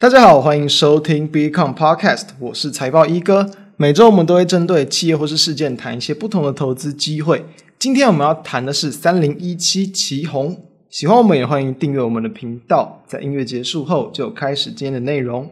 大家好，欢迎收听 Become Podcast， 我是财报一哥。每周我们都会针对企业或是事件谈一些不同的投资机会。今天我们要谈的是3017奇鋐。喜欢我们也欢迎订阅我们的频道。在音乐结束后就开始今天的内容。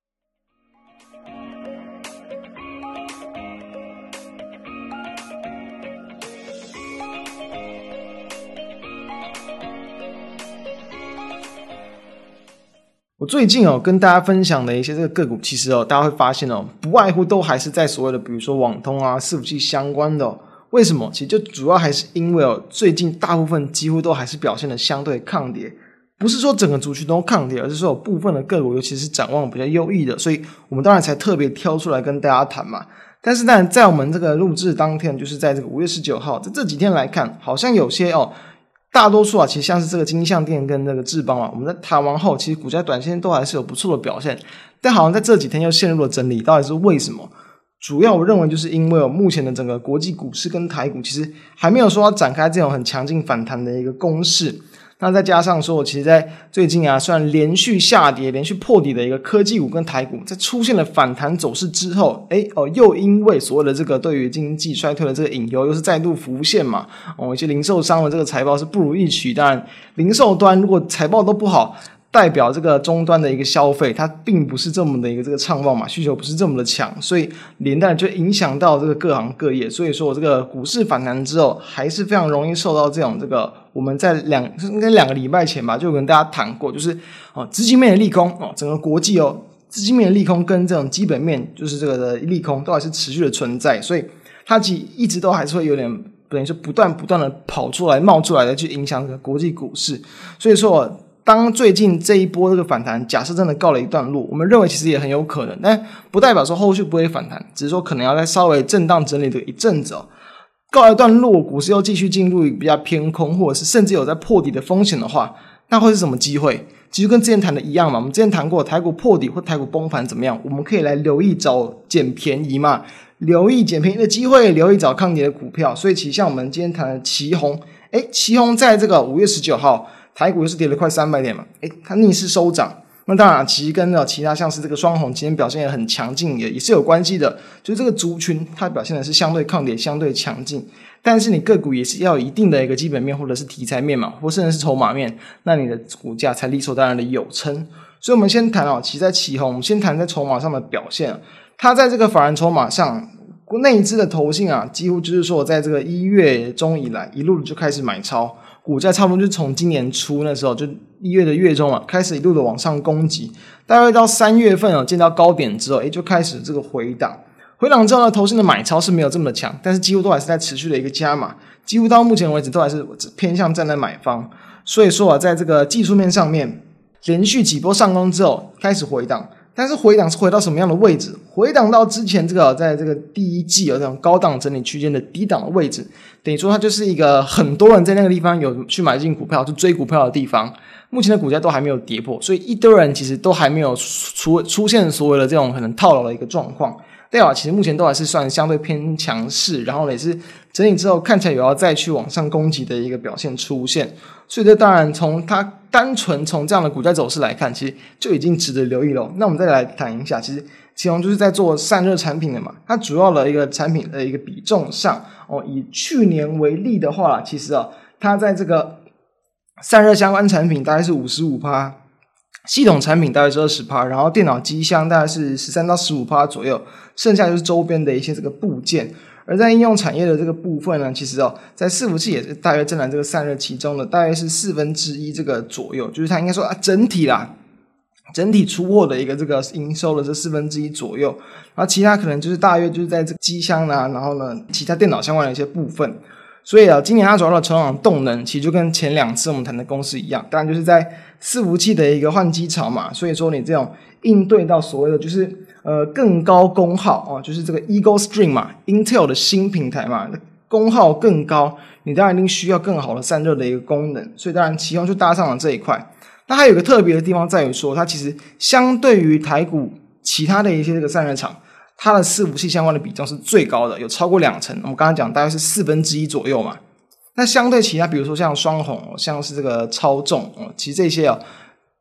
我最近跟大家分享的一些这个个股，其实大家会发现不外乎都还是在所谓的比如说网通啊、伺服器相关的为什么？其实就主要还是因为最近大部分几乎都还是表现的相对抗跌，不是说整个族群都抗跌，而是说有部分的个股尤其是展望比较优异的，所以我们当然才特别挑出来跟大家谈嘛。但是当然在我们这个录制当天，就是在这个5月19号，在这几天来看，好像有些大多数其实像是这个金像电跟这个智邦我们在谈完后，其实股价短线都还是有不错的表现，但好像在这几天又陷入了整理，到底是为什么？主要我认为就是因为目前的整个国际股市跟台股其实还没有说要展开这种很强劲反弹的一个攻势，那再加上说其实在最近虽然连续下跌连续破底的一个科技股跟台股在出现了反弹走势之后又因为所谓的这个对于经济衰退的这个隐忧又是再度浮现嘛，一些零售商的这个财报是不如预期，当然零售端如果财报都不好，代表这个终端的一个消费它并不是这么的一个这个畅旺嘛，需求不是这么的强，所以连带就影响到这个各行各业，所以说这个股市反弹之后还是非常容易受到这种这个我们在应该2个礼拜前吧就跟大家谈过，就是资金面的利空整个国际资金面的利空跟这种基本面就是这个的利空都还是持续的存在，所以它其实一直都还是会有点等于是不断的跑出来冒出来的去影响这个国际股市，所以说当最近这一波这个反弹假设真的告了一段落，我们认为其实也很有可能，但不代表说后续不会反弹，只是说可能要再稍微震荡整理的一阵子告了一段落，股市又继续进入比较偏空或者是甚至有在破底的风险的话，那会是什么机会？其实跟之前谈的一样嘛，我们之前谈过台股破底或台股崩盘怎么样，我们可以来留意找捡便宜嘛，留意捡便宜的机会，留意找抗跌的股票，所以其实像我们今天谈的奇鋐奇鋐在这个5月19号台股又是跌了快300点嘛，它逆势收涨，那当然其实跟其他像是这个双鋐今天表现也很强劲，也是有关系的，就是这个族群它表现的是相对抗跌相对强劲，但是你个股也是要有一定的一个基本面或者是题材面嘛，或甚至是筹码面，那你的股价才理所当然的有撑。所以我们先谈其实在奇鋐我们先谈在筹码上的表现，它在这个法人筹码上内资的投信几乎就是说在这个1月中以来一路就开始买超，股价差不多就从今年初那时候就1月的月中开始一路的往上攻击，大概到3月份见到高点之后就开始这个回档之后呢，投信的买超是没有这么的强，但是几乎都还是在持续的一个加码，几乎到目前为止都还是偏向站在买方，所以说在这个技术面上面连续几波上攻之后开始回档，但是回档是回到什么样的位置？回档到之前这个在这个第一季有这种高档整理区间的低档的位置，等于说它就是一个很多人在那个地方有去买进股票就追股票的地方，目前的股价都还没有跌破，所以一堆人其实都还没有出现所谓的这种可能套牢的一个状况，代表其实目前都还是算相对偏强势，然后也是整理之后看起来有要再去往上攻击的一个表现出现，所以这当然从它单纯从这样的股价走势来看，其实就已经值得留意了。那我们再来谈一下，其实奇鋐就是在做散热产品的嘛，它主要的一个产品的一个比重上以去年为例的话其实它在这个散热相关产品大概是 55%， 系统产品大概是 20%， 然后电脑机箱大概是 13% 到 15% 左右，剩下就是周边的一些这个部件。而在应用产业的这个部分呢，其实在伺服器也是大约占了这个散热其中的大约是1/4这个左右，就是它应该说整体出货的一个这个营收的这1/4左右，然后其他可能就是大约就是在这个机箱然后呢其他电脑相关的一些部分。所以今年它主要的成长动能其实就跟前2次我们谈的公式一样，当然就是在伺服器的一个换机潮嘛，所以说你这种应对到所谓的就是更高功耗就是这个 Eagle Stream 嘛 Intel 的新平台嘛，功耗更高，你当然一定需要更好的散热的一个功能，所以当然奇鋐就搭上了这一块。那还有一个特别的地方在于说，它其实相对于台股其他的一些这个散热厂，它的伺服器相关的比重是最高的，有超过20%，我们刚才讲大概是1/4左右嘛。那相对其他比如说像双虹像是这个超重其实这些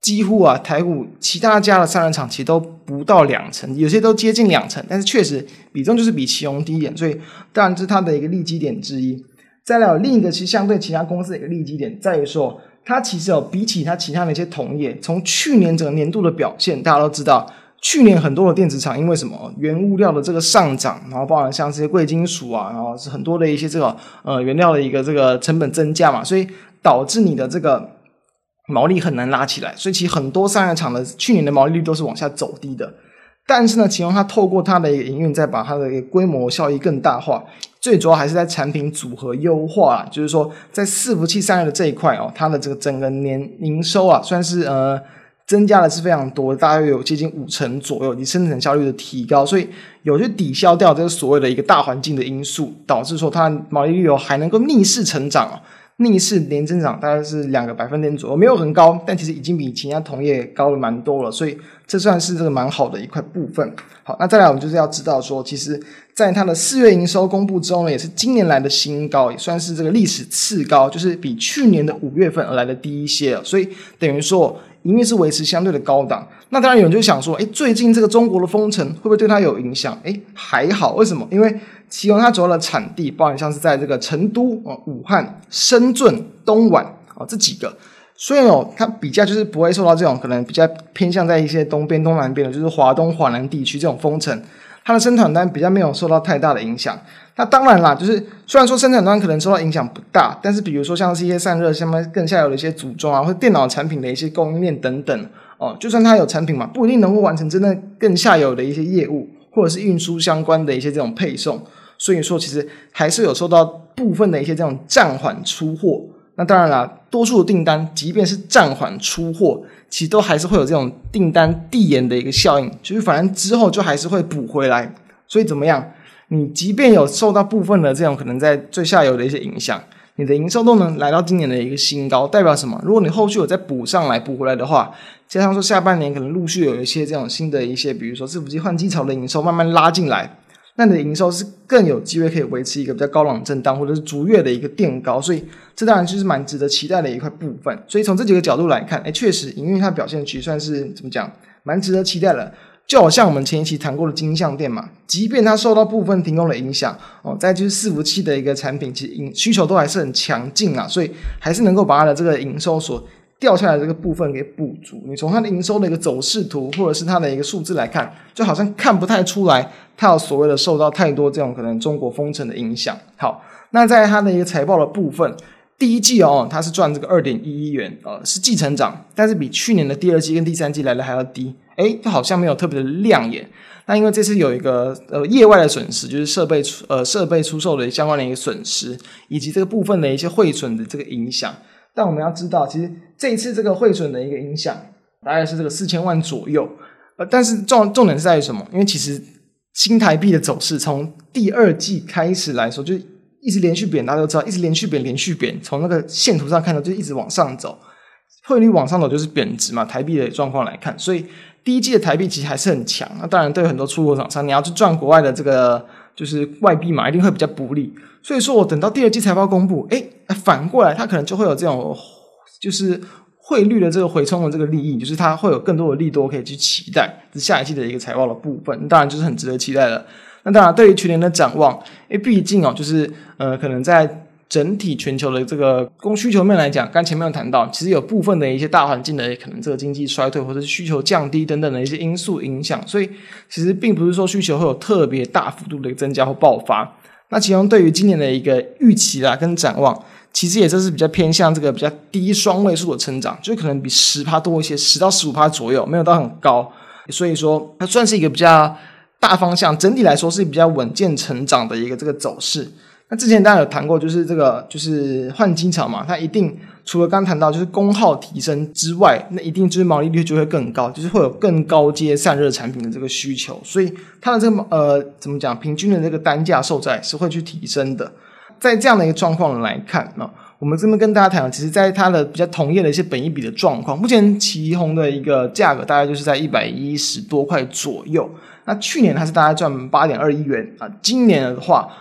几乎台股其他家的散热厂其实都不到20%，有些都接近20%，但是确实比重就是比奇鋐低一点，所以当然这是它的一个利基点之一。再来有另一个其实相对其他公司的一个利基点在于说，它其实比起它其他的一些同业，从去年整个年度的表现，大家都知道去年很多的电子厂因为什么原物料的这个上涨，然后包含像这些贵金属然后是很多的一些这个原料的一个这个成本增加嘛，所以导致你的这个毛利很难拉起来，所以其实很多散热厂的去年的毛利率都是往下走低的。但是呢，奇鋐它透过它的一个营运，再把它的一个规模效益更大化，最主要还是在产品组合优化就是说在伺服器散热的这一块它的这个整个年营收算是增加的是非常多，大约有接近50%左右，以及生产效率的提高，所以有去抵消掉这个所谓的一个大环境的因素，导致说它的毛利率还能够逆势成长逆势年增长大概是2个百分点左右，没有很高，但其实已经比其他同业高了蛮多了，所以这算是这个蛮好的一块部分。好，那再来我们就是要知道说，其实在它的4月营收公布之后呢，也是今年来的新高，也算是这个历史次高，就是比去年的5月份而来的低一些所以等于说营运是维持相对的高档。那当然有人就想说最近这个中国的封城会不会对它有影响？还好，为什么？因为奇鋐它主要的产地包含像是在这个成都武汉、深圳、东莞这几个，所以它比较就是不会受到这种可能比较偏向在一些东边东南边的就是华东华南地区这种封城，它的生产端比较没有受到太大的影响。那当然啦，就是虽然说生产端可能受到影响不大，但是比如说像是一些散热下面更下游的一些组装或者电脑产品的一些供应链等等就算它有产品嘛，不一定能够完成真的更下游的一些业务或者是运输相关的一些这种配送，所以说其实还是有受到部分的一些这种暂缓出货。那当然啦，多数的订单即便是暂缓出货，其实都还是会有这种订单递延的一个效应，就是反正之后就还是会补回来。所以怎么样，你即便有受到部分的这种可能在最下游的一些影响，你的营收都能来到今年的一个新高，代表什么？如果你后续有再补上来补回来的话，加上说下半年可能陆续有一些这种新的一些比如说伺服器换机潮的营收慢慢拉进来，那你的营收是更有机会可以维持一个比较高档震荡或者是逐月的一个垫高，所以这当然就是蛮值得期待的一块部分。所以从这几个角度来看确实营运它表现其实算是怎么讲蛮值得期待的。就好像我们前一期谈过的金像电嘛，即便它受到部分停工的影响在就是伺服器的一个产品其实需求都还是很强劲所以还是能够把它的这个营收所掉下来的这个部分给补足。你从它的营收的一个走势图或者是它的一个数字来看，就好像看不太出来它有所谓的受到太多这种可能中国封城的影响。好，那在它的一个财报的部分，第一季它是赚这个 2.1 亿元是季成长，但是比去年的第二季跟第三季来的还要低就好像没有特别的亮眼。那因为这次有一个业外的损失，就是设备出售的相关的一个损失，以及这个部分的一些汇损的这个影响。但我们要知道，其实这一次这个汇损的一个影响大概是这个4000万左右但是重点是在于什么？因为其实新台币的走势从第二季开始来说就一直连续贬，大家都知道一直连续贬，从那个线图上看到就一直往上走，汇率往上走就是贬值嘛，台币的状况来看，所以第一季的台币其实还是很强。那当然对很多出口厂商你要去赚国外的这个就是外币嘛，一定会比较不利。所以说我等到第二季财报公布反过来它可能就会有这种就是汇率的这个回冲的这个利益，就是它会有更多的利多可以去期待，是下一季的一个财报的部分，当然就是很值得期待的。那当然对于全年的展望毕竟就是可能在整体全球的这个供需求面来讲，刚前面有谈到其实有部分的一些大环境的可能这个经济衰退或者是需求降低等等的一些因素影响，所以其实并不是说需求会有特别大幅度的一个增加或爆发。那其中对于今年的一个预期啦跟展望，其实也就是比较偏向这个比较低双位数的成长，就可能比 10% 多一些， 10% 到 15% 左右，没有到很高。所以说它算是一个比较大方向，整体来说是比较稳健成长的一个这个走势。那之前大家有谈过，就是这个就是换机潮嘛，它一定除了刚谈到就是功耗提升之外，那一定就是毛利率就会更高，就是会有更高阶散热产品的这个需求，所以它的这个怎么讲，平均的这个单价售价是会去提升的。在这样的一个状况来看我们这边跟大家谈，其实在它的比较同业的一些本益比的状况，目前奇鋐的一个价格大概就是在110多块左右。那去年它是大概赚 8.2 亿元今年的话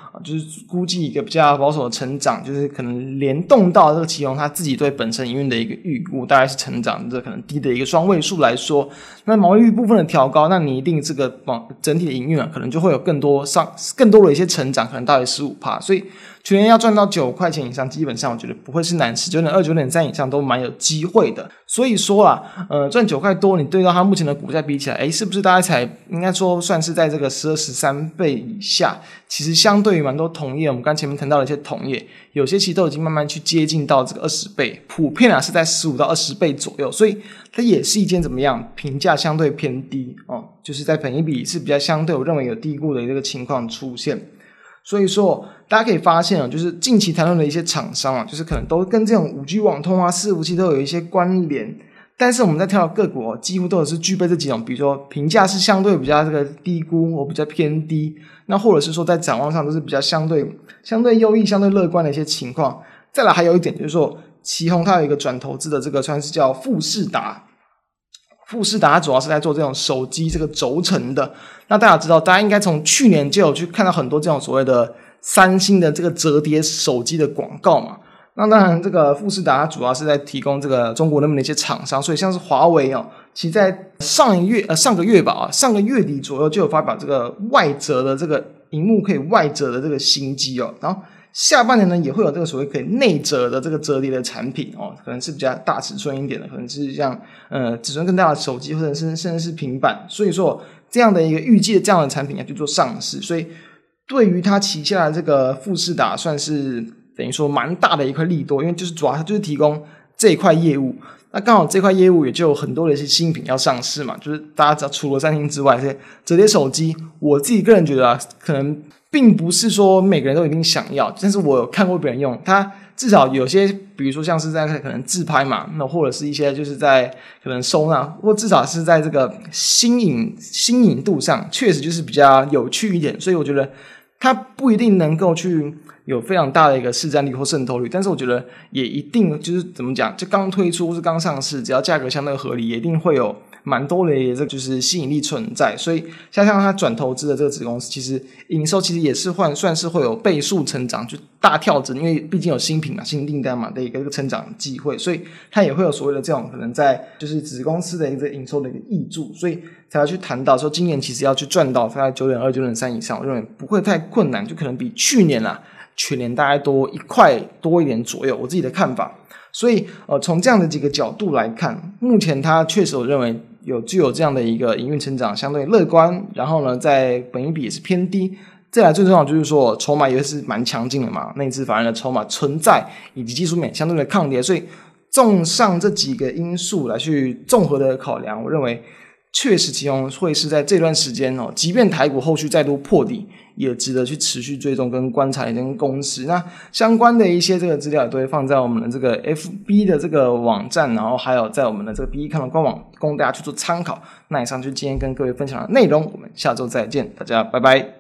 就是估计一个比较保守的成长，就是可能联动到这个奇鋐它自己对本身营运的一个预估，大概是成长这可能低的一个双位数来说，那毛利率部分的调高，那你一定这个整体的营运可能就会有更多的一些成长，可能大于 15%， 所以全年要赚到9块钱以上，基本上我觉得不会是难事，9.2、9.3以上都蛮有机会的。所以说啦，赚9块多，你对到它目前的股价比起来，是不是大概才应该说算是在这个12、13倍以下？其实相对于蛮多同业，我们刚前面谈到的一些同业，有些其实都已经慢慢去接近到这个20倍，普遍是在15到20倍左右，所以它也是一间怎么样评价相对偏低就是在本益比是比较相对我认为有低估的这个情况出现。所以说大家可以发现就是近期谈论的一些厂商就是可能都跟这种 5G 网通伺服器都有一些关联，但是我们在挑个股几乎都是具备这几种，比如说评价是相对比较这个低估或比较偏低，那或者是说在展望上都是比较相对优异、相对乐观的一些情况。再来还有一点就是说，奇鋐它有一个转投资的这个算是叫富士达它主要是在做这种手机这个轴承的。那大家知道，大家应该从去年就有去看到很多这种所谓的三星的这个折叠手机的广告嘛。那当然这个富士达它主要是在提供这个中国那边的一些厂商，所以像是华为其实在上个月底左右就有发表这个外折的这个萤幕可以外折的这个新机然后下半年呢也会有这个所谓可以内折的这个折叠的产品可能是比较大尺寸一点的，可能是像尺寸更大的手机或者是甚至是平板，所以说这样的一个预计的这样的产品要去做上市，所以对于它旗下的这个富士达算是等于说蛮大的一块利多，因为就是主要它就是提供这一块业务，那刚好这块业务也就有很多的一些新品要上市嘛，就是大家知道除了三星之外，这些折叠手机我自己个人觉得可能并不是说每个人都一定想要，但是我有看过别人用它，至少有些比如说像是在可能自拍嘛，那或者是一些就是在可能收纳，或至少是在这个新颖度上确实就是比较有趣一点，所以我觉得它不一定能够去有非常大的一个市占率或渗透率，但是我觉得也一定就是怎么讲，就刚推出或是刚上市，只要价格相对合理，也一定会有蛮多的这就是吸引力存在。所以像它转投资的这个子公司，其实营收其实也是算是会有倍数成长，就大跳值，因为毕竟有新品嘛、新订单嘛的一个成长机会，所以它也会有所谓的这种可能在就是子公司的一个营收的一个挹注，所以才要去谈到说今年其实要去赚到大概 9.2、9.3 以上，我认为不会太困难，就可能比去年全年大概多1块多一点左右，我自己的看法。所以从这样的几个角度来看，目前它确实我认为具有这样的一个营运成长相对乐观，然后呢在本益比也是偏低，再来最重要就是说筹码也是蛮强劲的嘛，内资法人的筹码存在以及技术面相对的抗跌，所以综上这几个因素来去综合的考量，我认为确实奇鋐会是在这段时间即便台股后续再度破底，也值得去持续追踪跟观察一间公司。那相关的一些这个资料也都会放在我们的这个 FB 的这个网站，然后还有在我们的这个 BE 看的官网供大家去做参考。那以上就是今天跟各位分享的内容，我们下周再见，大家拜拜。